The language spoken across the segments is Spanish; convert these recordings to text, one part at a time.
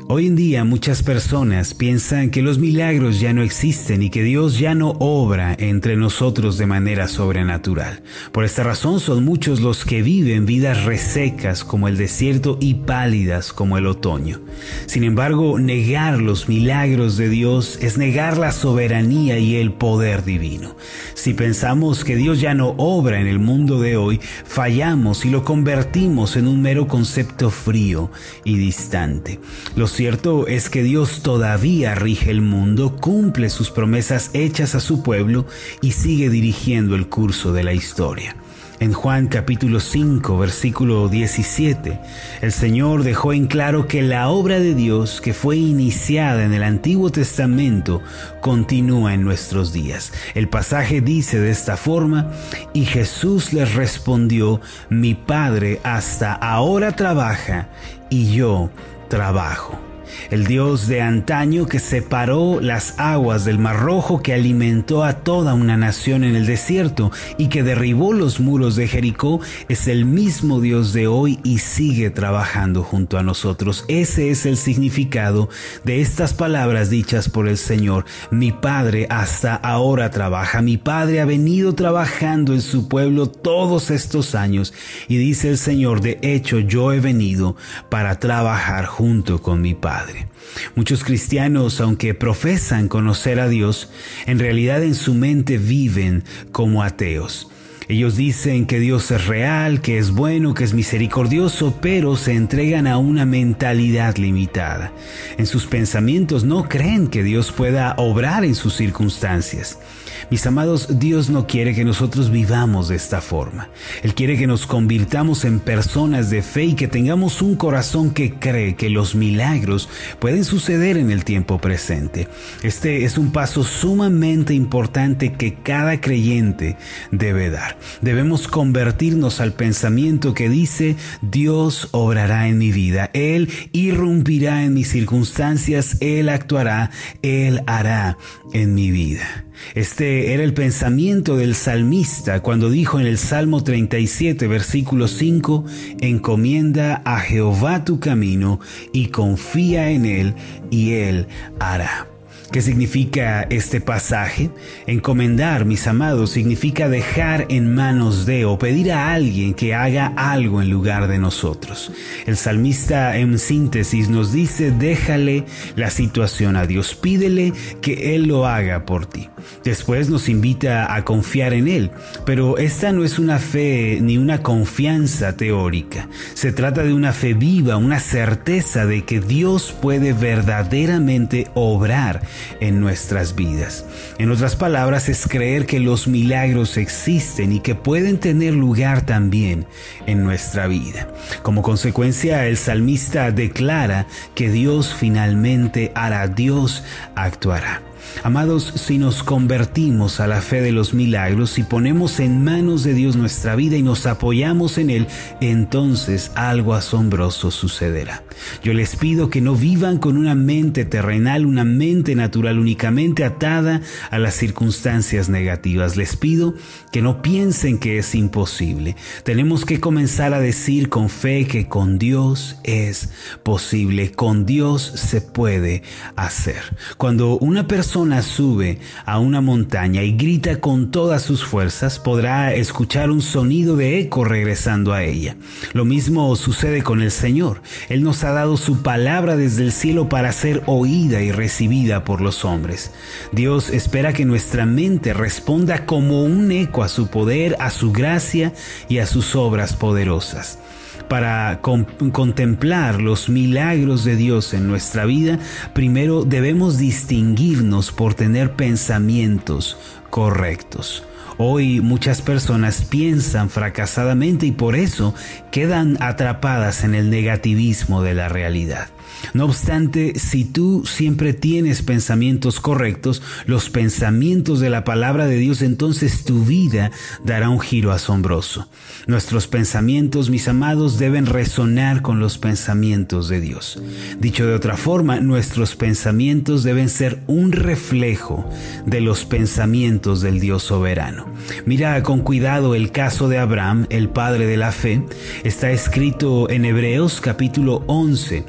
Hoy en día muchas personas piensan que los milagros ya no existen y que Dios ya no obra entre nosotros de manera sobrenatural. Por esta razón son muchos los que viven vidas resecas como el desierto y pálidas como el otoño. Sin embargo, negar los milagros de Dios es negar la soberanía y el poder divino. Si pensamos que Dios ya no obra en el mundo de hoy, fallamos y lo convertimos en un mero concepto frío y distante. Lo cierto es que Dios todavía rige el mundo, cumple sus promesas hechas a su pueblo y sigue dirigiendo el curso de la historia. En Juan capítulo 5, versículo 17, el Señor dejó en claro que la obra de Dios que fue iniciada en el Antiguo Testamento continúa en nuestros días. El pasaje dice de esta forma: y Jesús les respondió, mi Padre hasta ahora trabaja y yo trabajo. El Dios de antaño que separó las aguas del Mar Rojo, que alimentó a toda una nación en el desierto y que derribó los muros de Jericó, es el mismo Dios de hoy y sigue trabajando junto a nosotros. Ese es el significado de estas palabras dichas por el Señor. Mi Padre hasta ahora trabaja. Mi Padre ha venido trabajando en su pueblo todos estos años y dice el Señor, de hecho yo he venido para trabajar junto con mi Padre. Muchos cristianos, aunque profesan conocer a Dios, en realidad en su mente viven como ateos. Ellos dicen que Dios es real, que es bueno, que es misericordioso, pero se entregan a una mentalidad limitada. En sus pensamientos no creen que Dios pueda obrar en sus circunstancias. Mis amados, Dios no quiere que nosotros vivamos de esta forma. Él quiere que nos convirtamos en personas de fe y que tengamos un corazón que cree que los milagros pueden suceder en el tiempo presente. Este es un paso sumamente importante que cada creyente debe dar. Debemos convertirnos al pensamiento que dice: Dios obrará en mi vida, Él irrumpirá en mis circunstancias, Él actuará, Él hará en mi vida. Este era el pensamiento del salmista cuando dijo en el Salmo 37, versículo 5, encomienda a Jehová tu camino y confía en Él y Él hará. ¿Qué significa este pasaje? Encomendar, mis amados, significa dejar en manos de o pedir a alguien que haga algo en lugar de nosotros. El salmista en síntesis nos dice: déjale la situación a Dios, pídele que Él lo haga por ti. Después nos invita a confiar en Él, pero esta no es una fe ni una confianza teórica. Se trata de una fe viva, una certeza de que Dios puede verdaderamente obrar en nuestras vidas. En otras palabras, es creer que los milagros existen y que pueden tener lugar también en nuestra vida. Como consecuencia, el salmista declara que Dios finalmente hará, Dios actuará. Amados, si nos convertimos a la fe de los milagros y ponemos en manos de Dios nuestra vida y nos apoyamos en Él, entonces algo asombroso sucederá. Yo les pido que no vivan con una mente terrenal, una mente natural únicamente atada a las circunstancias negativas. Les pido que no piensen que es imposible. Tenemos que comenzar a decir con fe que con Dios es posible, con Dios se puede hacer. Cuando una persona sube a una montaña y grita con todas sus fuerzas, podrá escuchar un sonido de eco regresando a ella. Lo mismo sucede con el Señor. Él nos ha dado su palabra desde el cielo para ser oída y recibida por los hombres. Dios espera que nuestra mente responda como un eco a su poder, a su gracia y a sus obras poderosas. Para contemplar los milagros de Dios en nuestra vida, primero debemos distinguirnos por tener pensamientos correctos. Hoy muchas personas piensan fracasadamente y por eso quedan atrapadas en el negativismo de la realidad. No obstante, si tú siempre tienes pensamientos correctos, los pensamientos de la palabra de Dios, entonces tu vida dará un giro asombroso. Nuestros pensamientos, mis amados, deben resonar con los pensamientos de Dios. Dicho de otra forma, nuestros pensamientos deben ser un reflejo de los pensamientos del Dios soberano. Mira con cuidado el caso de Abraham, el padre de la fe. Está escrito en Hebreos capítulo 11, versículo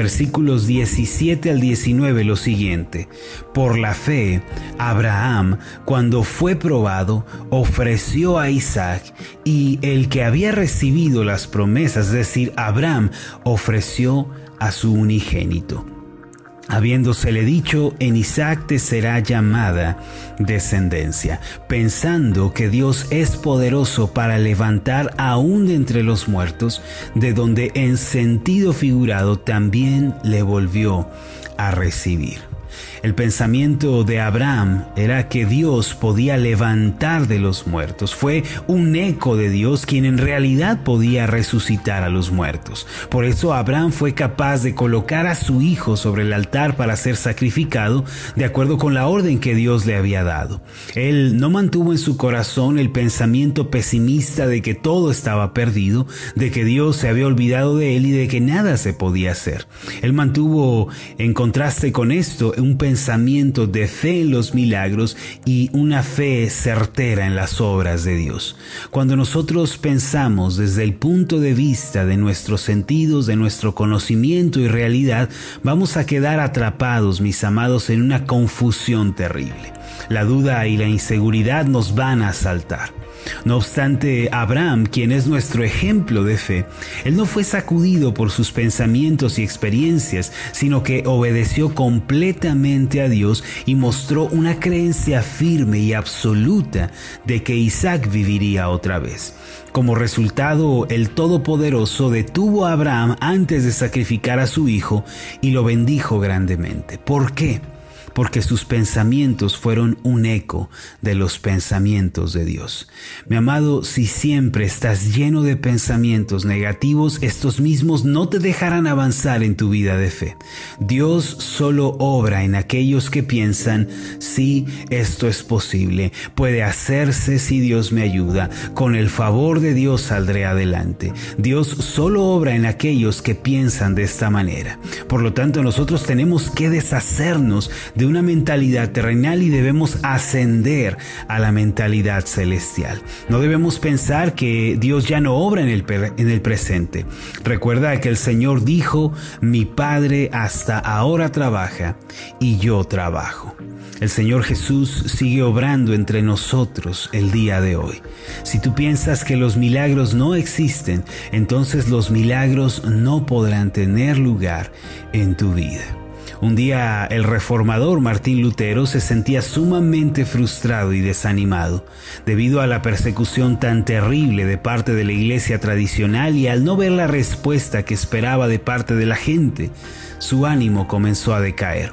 versículos 17 al 19 lo siguiente: por la fe, Abraham, cuando fue probado, ofreció a Isaac, y el que había recibido las promesas, es decir, Abraham, ofreció a su unigénito, habiéndosele dicho: en Isaac te será llamada descendencia, pensando que Dios es poderoso para levantar aún de entre los muertos, de donde en sentido figurado también le volvió a recibir. El pensamiento de Abraham era que Dios podía levantar de los muertos. Fue un eco de Dios quien en realidad podía resucitar a los muertos. Por eso Abraham fue capaz de colocar a su hijo sobre el altar para ser sacrificado de acuerdo con la orden que Dios le había dado. Él no mantuvo en su corazón el pensamiento pesimista de que todo estaba perdido, de que Dios se había olvidado de él y de que nada se podía hacer. Él mantuvo, en contraste con esto, un pensamiento de fe en los milagros y una fe certera en las obras de Dios. Cuando nosotros pensamos desde el punto de vista de nuestros sentidos, de nuestro conocimiento y realidad, vamos a quedar atrapados, mis amados, en una confusión terrible. La duda y la inseguridad nos van a asaltar. No obstante, Abraham, quien es nuestro ejemplo de fe, él no fue sacudido por sus pensamientos y experiencias, sino que obedeció completamente a Dios y mostró una creencia firme y absoluta de que Isaac viviría otra vez. Como resultado, el Todopoderoso detuvo a Abraham antes de sacrificar a su hijo y lo bendijo grandemente. ¿Por qué? Porque sus pensamientos fueron un eco de los pensamientos de Dios. Mi amado, si siempre estás lleno de pensamientos negativos, estos mismos no te dejarán avanzar en tu vida de fe. Dios solo obra en aquellos que piensan: sí, esto es posible, puede hacerse si Dios me ayuda, con el favor de Dios saldré adelante. Dios solo obra en aquellos que piensan de esta manera. Por lo tanto, nosotros tenemos que deshacernos de una mentalidad terrenal y debemos ascender a la mentalidad celestial. No debemos pensar que Dios ya no obra en el presente. Recuerda que el Señor dijo: mi Padre hasta ahora trabaja y yo trabajo. El Señor Jesús sigue obrando entre nosotros el día de hoy. Si tú piensas que los milagros no existen, entonces los milagros no podrán tener lugar en tu vida. Un día el reformador Martín Lutero se sentía sumamente frustrado y desanimado debido a la persecución tan terrible de parte de la iglesia tradicional y al no ver la respuesta que esperaba de parte de la gente, su ánimo comenzó a decaer.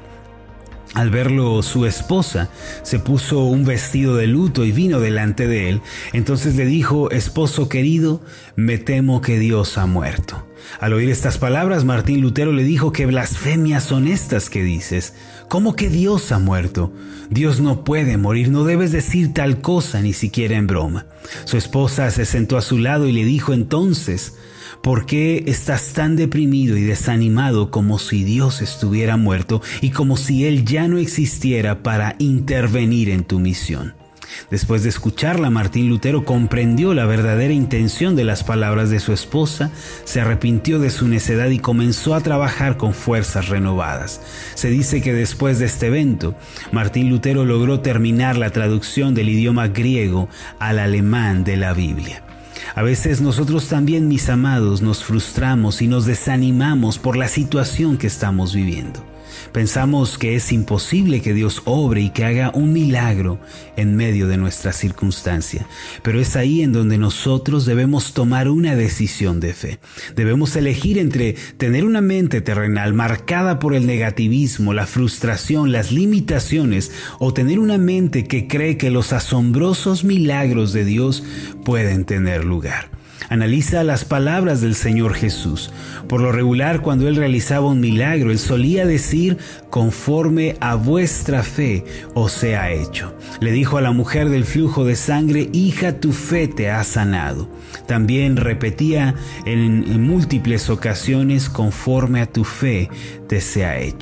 Al verlo, su esposa se puso un vestido de luto y vino delante de él. Entonces le dijo: esposo querido, me temo que Dios ha muerto. Al oír estas palabras, Martín Lutero le dijo: ¿qué blasfemias son estas que dices? ¿Cómo que Dios ha muerto? Dios no puede morir, no debes decir tal cosa, ni siquiera en broma. Su esposa se sentó a su lado y le dijo entonces: ¿por qué estás tan deprimido y desanimado como si Dios estuviera muerto y como si Él ya no existiera para intervenir en tu misión? Después de escucharla, Martín Lutero comprendió la verdadera intención de las palabras de su esposa, se arrepintió de su necedad y comenzó a trabajar con fuerzas renovadas. Se dice que después de este evento, Martín Lutero logró terminar la traducción del idioma griego al alemán de la Biblia. A veces nosotros también, mis amados, nos frustramos y nos desanimamos por la situación que estamos viviendo. Pensamos que es imposible que Dios obre y que haga un milagro en medio de nuestra circunstancia. Pero es ahí en donde nosotros debemos tomar una decisión de fe. Debemos elegir entre tener una mente terrenal marcada por el negativismo, la frustración, las limitaciones, o tener una mente que cree que los asombrosos milagros de Dios pueden tener lugar. Analiza las palabras del Señor Jesús. Por lo regular, cuando Él realizaba un milagro, Él solía decir: conforme a vuestra fe os sea hecho. Le dijo a la mujer del flujo de sangre: hija, tu fe te ha sanado. También repetía en múltiples ocasiones: conforme a tu fe te sea hecho.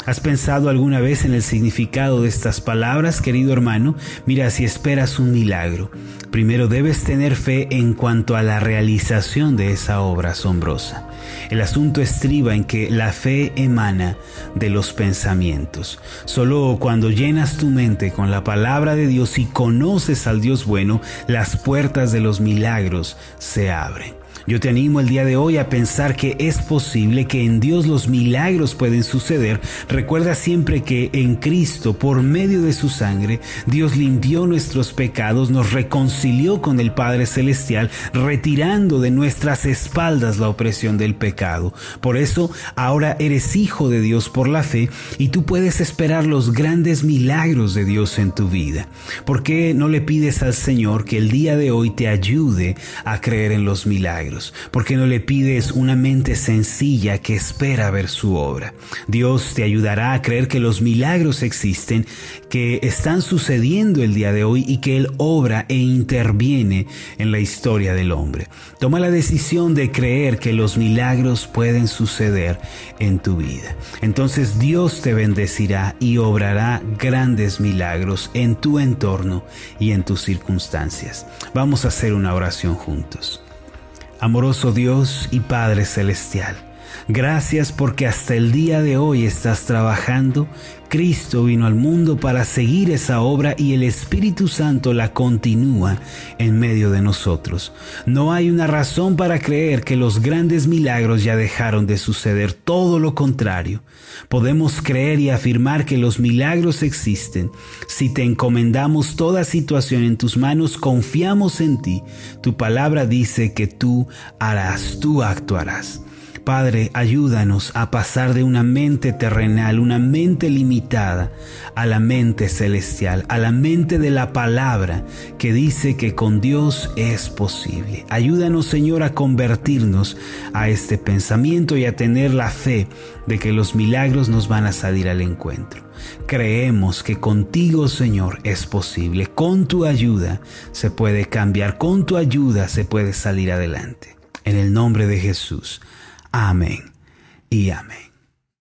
¿Has pensado alguna vez en el significado de estas palabras, querido hermano? Mira, si esperas un milagro, primero debes tener fe en cuanto a la realización de esa obra asombrosa. El asunto estriba en que la fe emana de los pensamientos. Solo cuando llenas tu mente con la palabra de Dios y conoces al Dios bueno, las puertas de los milagros se abren. Yo te animo el día de hoy a pensar que es posible, que en Dios los milagros pueden suceder. Recuerda siempre que en Cristo, por medio de su sangre, Dios limpió nuestros pecados, nos reconcilió con el Padre Celestial, retirando de nuestras espaldas la opresión del pecado. Por eso, ahora eres hijo de Dios por la fe y tú puedes esperar los grandes milagros de Dios en tu vida. ¿Por qué no le pides al Señor que el día de hoy te ayude a creer en los milagros? ¿Por qué no le pides una mente sencilla que espera ver su obra? Dios te ayudará a creer que los milagros existen, que están sucediendo el día de hoy y que Él obra e interviene en la historia del hombre. Toma la decisión de creer que los milagros pueden suceder en tu vida. Entonces Dios te bendecirá y obrará grandes milagros en tu entorno y en tus circunstancias. Vamos a hacer una oración juntos. Amoroso Dios y Padre Celestial, gracias porque hasta el día de hoy estás trabajando. Cristo vino al mundo para seguir esa obra y el Espíritu Santo la continúa en medio de nosotros. No hay una razón para creer que los grandes milagros ya dejaron de suceder, todo lo contrario. Podemos creer y afirmar que los milagros existen. Si te encomendamos toda situación en tus manos, confiamos en ti. Tu palabra dice que tú harás, tú actuarás. Padre, ayúdanos a pasar de una mente terrenal, una mente limitada, a la mente celestial, a la mente de la palabra que dice que con Dios es posible. Ayúdanos, Señor, a convertirnos a este pensamiento y a tener la fe de que los milagros nos van a salir al encuentro. Creemos que contigo, Señor, es posible. Con tu ayuda se puede cambiar, con tu ayuda se puede salir adelante. En el nombre de Jesús. Amén y amén.